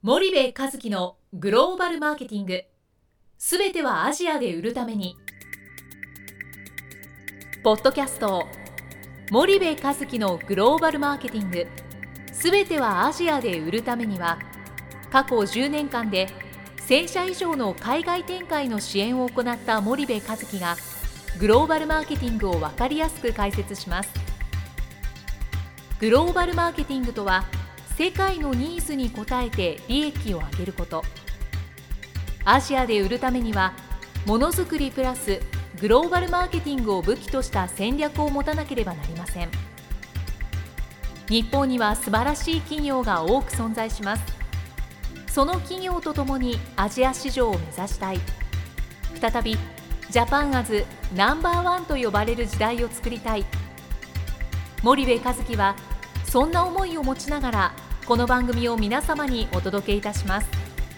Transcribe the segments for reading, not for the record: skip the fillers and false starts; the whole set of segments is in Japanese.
森部一樹のグローバルマーケティング、すべてはアジアで売るために。ポッドキャスト森部一樹のグローバルマーケティング、すべてはアジアで売るためには、過去10年間で1000社以上の海外展開の支援を行った森部一樹がグローバルマーケティングを分かりやすく解説します。グローバルマーケティングとは、世界のニーズに応えて利益を上げること。アジアで売るためには、ものづくりプラスグローバルマーケティングを武器とした戦略を持たなければなりません。日本には素晴らしい企業が多く存在します。その企業とともにアジア市場を目指したい。再びジャパンアズナンバーワンと呼ばれる時代を作りたい。森部一樹はそんな思いを持ちながら、この番組を皆様にお届けいたします。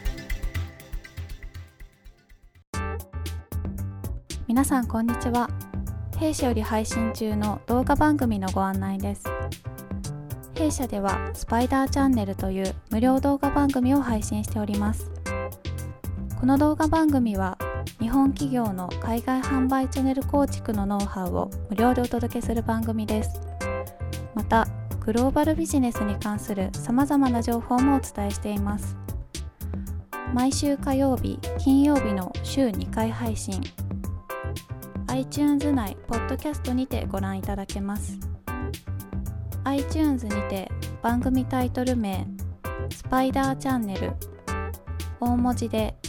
皆さんこんにちは。弊社より配信中の動画番組のご案内です。弊社ではスパイダーチャンネルという無料動画番組を配信しております。この動画番組は日本企業の海外販売チャンネル構築のノウハウを無料でお届けする番組です。またグローバルビジネスに関するさまざまな情報もお伝えしています。毎週火曜日、金曜日の週2回配信。iTunes 内ポッドキャストにてご覧いただけます。iTunes にて番組タイトル名スパイダーチャンネル、大文字で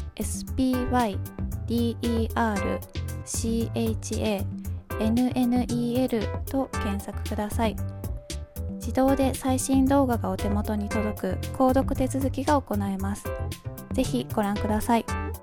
SPYDERCHANNEL と検索ください。自動で最新動画がお手元に届く購読手続きが行えます。ぜひご覧ください。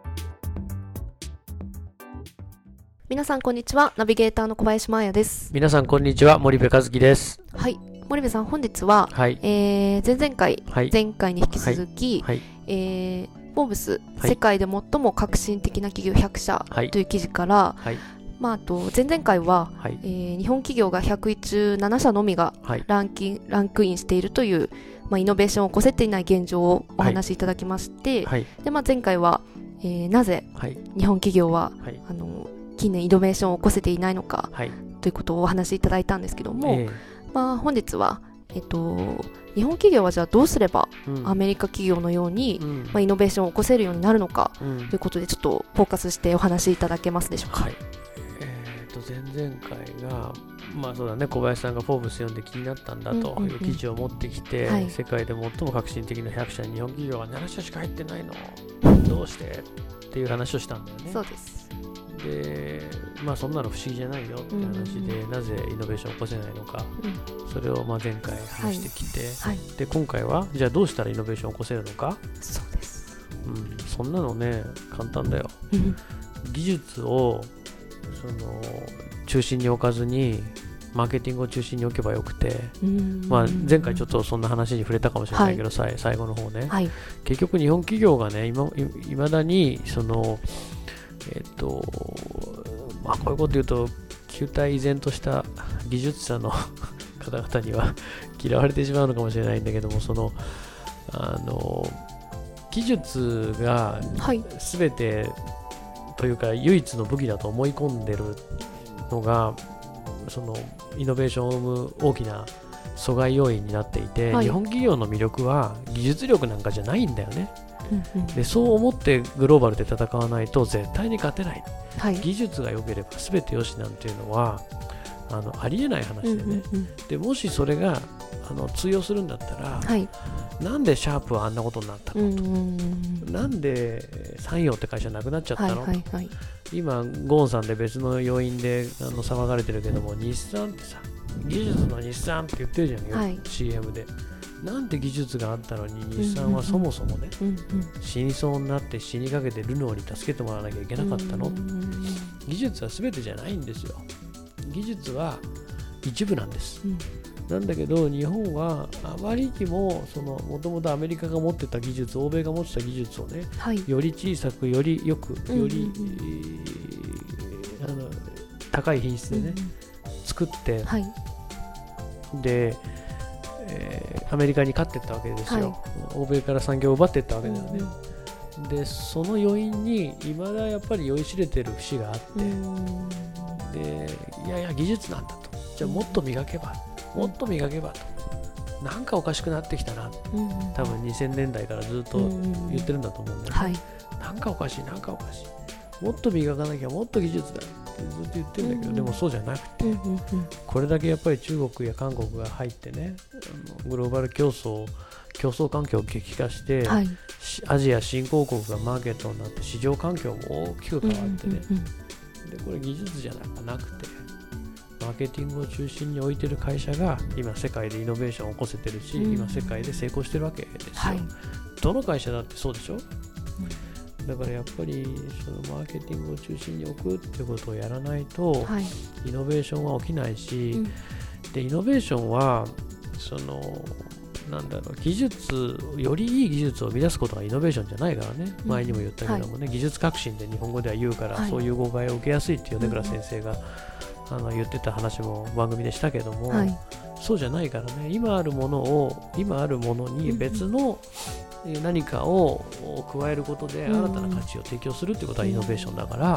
皆さんこんにちは。ナビゲーターの小林真彩です。 皆さんこんにちは。森部一樹です。 はい、森部さん、本日は、前々回、前回に引き続き、フォーブス、世界で最も革新的な企業100社という記事から、あと前々回は、日本企業が117社のみがランクインしているという、イノベーションを起こせていない現状をお話しいただきまして、で前回は、なぜ日本企業は、近年イノベーションを起こせていないのか、ということをお話しいただいたんですけども、本日は、日本企業はじゃあどうすれば、アメリカ企業のように、イノベーションを起こせるようになるのか、ということでちょっとフォーカスしてお話しいただけますでしょうか。 前々回が、そうだね、小林さんがフォーブス読んで気になったんだという記事を持ってきて、世界で最も革新的な100社に日本企業が7社しか入ってないのどうしてっていう話をしたんだよね。 そうです。 で、そんなの不思議じゃないよって話で、なぜイノベーションを起こせないのか、それを前回話してきて、で今回はじゃあどうしたらイノベーションを起こせるのか。 そうです、 そんなのね簡単だよ。技術を中心に置かずにマーケティングを中心に置けばよくて、前回ちょっとそんな話に触れたかもしれないけど、最後の方ね、結局日本企業がねいまだにこういうこと言うと旧態依然とした技術者の方々には嫌われてしまうのかもしれないんだけども、技術が全てというか唯一の武器だと思い込んでるのがイノベーションを生む大きな阻害要因になっていて、日本企業の魅力は技術力なんかじゃないんだよね。でそう思ってグローバルで戦わないと絶対に勝てない、技術が良ければ全てよしなんていうのはありえない話でね、でもしそれが通用するんだったら、なんでシャープはあんなことになったのと、なんで三陽って会社なくなっちゃったのと、今ゴーンさんで別の要因で騒がれてるけども、日産ってさ、技術の日産って言ってるじゃんよ、CM で。なんて技術があったのに日産はそもそもね、死にそうになって死にかけてルノーに助けてもらわなきゃいけなかったの。技術は全てじゃないんですよ。技術は一部なんです、なんだけど日本はあまりにももともとアメリカが持ってた技術、欧米が持ってた技術をね、より小さくよりよくより、高い品質でね、作って、でアメリカに勝っていったわけですよ、欧米から産業を奪っていったわけだよね、でその余韻にいまだやっぱり酔いしれてる節があって、でいやいや技術なんだと、じゃあもっと磨けば、もっと磨けばと、なんかおかしくなってきたな、多分2000年代からずっと言ってるんだと思うんだよね、なんかおかしい、なんかおかしい、もっと磨かなきゃ、もっと技術だってずっと言ってるんだけど、でもそうじゃなくて、これだけやっぱり中国や韓国が入ってね、グローバル競争環境を激化して、アジア新興国がマーケットになって市場環境も大きく変わってね、でこれ技術じゃなくてマーケティングを中心に置いてる会社が今世界でイノベーションを起こせてるし、今世界で成功してるわけですよ、どの会社だってそうでしょ、だからやっぱりそのマーケティングを中心に置くっていうことをやらないと、イノベーションは起きないし、でイノベーションはそのなんだろう、技術、よりいい技術を生み出すことがイノベーションじゃないからね、前にも言ったけどもね、技術革新で日本語では言うから、そういう誤解を受けやすいって米倉先生が言ってた話も番組でしたけども、そうじゃないからね、今あるものに別の何かを加えることで新たな価値を提供するってことはイノベーションだから、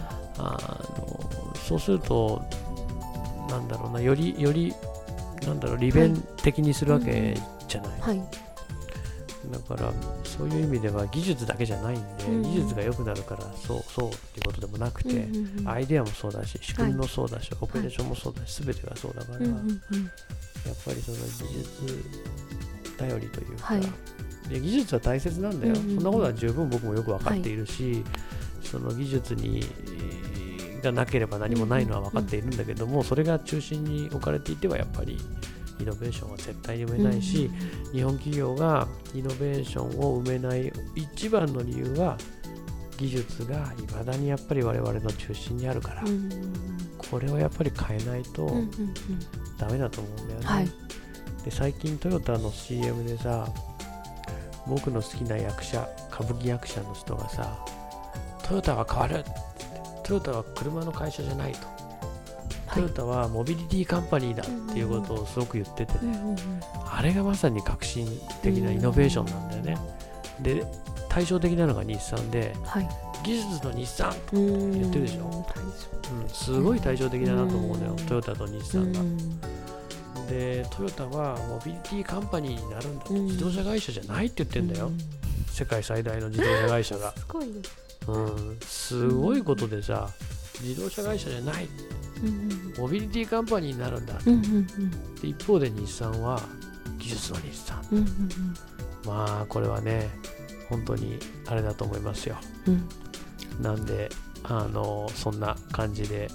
そうするとなんだろうな、よりなんだろう、利便的にするわけじゃない、だからそういう意味では技術だけじゃないんで、技術が良くなるからそうっていうことでもなくて、アイデアもそうだし、仕組みもそうだし、オペレーションもそうだし、全てがそうだから、やっぱりその技術頼りというか、で技術は大切なんだよ、そんなことは十分僕もよく分かっているし、その技術がなければ何もないのは分かっているんだけども、それが中心に置かれていてはやっぱりイノベーションは絶対に生めないし、日本企業がイノベーションを生めない一番の理由は技術がいまだにやっぱり我々の中心にあるから、これをやっぱり変えないとダメだと思うんだよね、で最近トヨタの CM でさ、僕の好きな役者、歌舞伎役者の人がさ、トヨタは変わる、トヨタは車の会社じゃないと、トヨタはモビリティカンパニーだっていうことをすごく言っててね、あれがまさに革新的なイノベーションなんだよね、で対照的なのが日産で、技術の日産と言ってるでしょ、すごい対照的だなと思うのよ、トヨタと日産が、でトヨタはモビリティカンパニーになるんだと、自動車会社じゃないって言ってんだよ、世界最大の自動車会社がすごいことでさ、自動車会社じゃない、モビリティカンパニーになるんだと、で一方で日産は技術の日産、まあこれはね本当にあれだと思いますよ、なんでそんな感じで、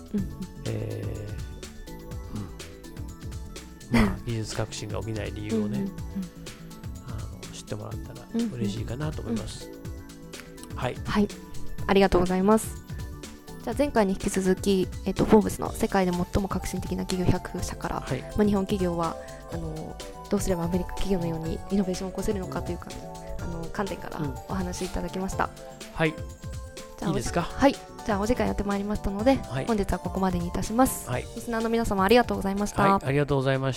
まあ技術革新が起きない理由をね、知ってもらったら嬉しいかなと思います、はい、 ありがとうございます。じゃあ前回に引き続き、フォーブスの世界で最も革新的な企業100社から、日本企業はどうすればアメリカ企業のようにイノベーションを起こせるのかというか、観点からお話しいただきました、 はい、いいですか。 じゃあお時間やってまいりましたので、本日はここまでにいたします、リスナーの皆様ありがとうございました。 ありがとうございました。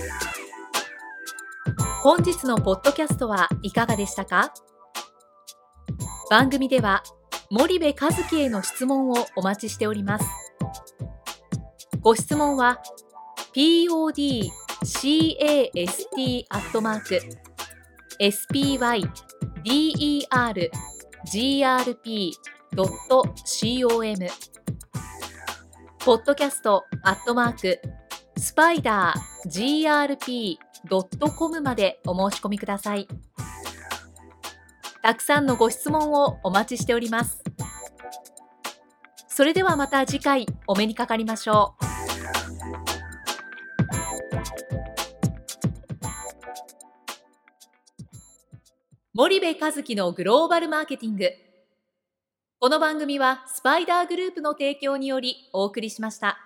本日のポッドキャストはいかがでしたか。番組では森部一樹への質問をお待ちしております。ご質問は podcast@spydergrp.com podcast@spidergrp.com までお申し込みください。たくさんのご質問をお待ちしております。それではまた次回お目にかかりましょう。森部一樹のグローバルマーケティング。この番組はスパイダーグループの提供によりお送りしました。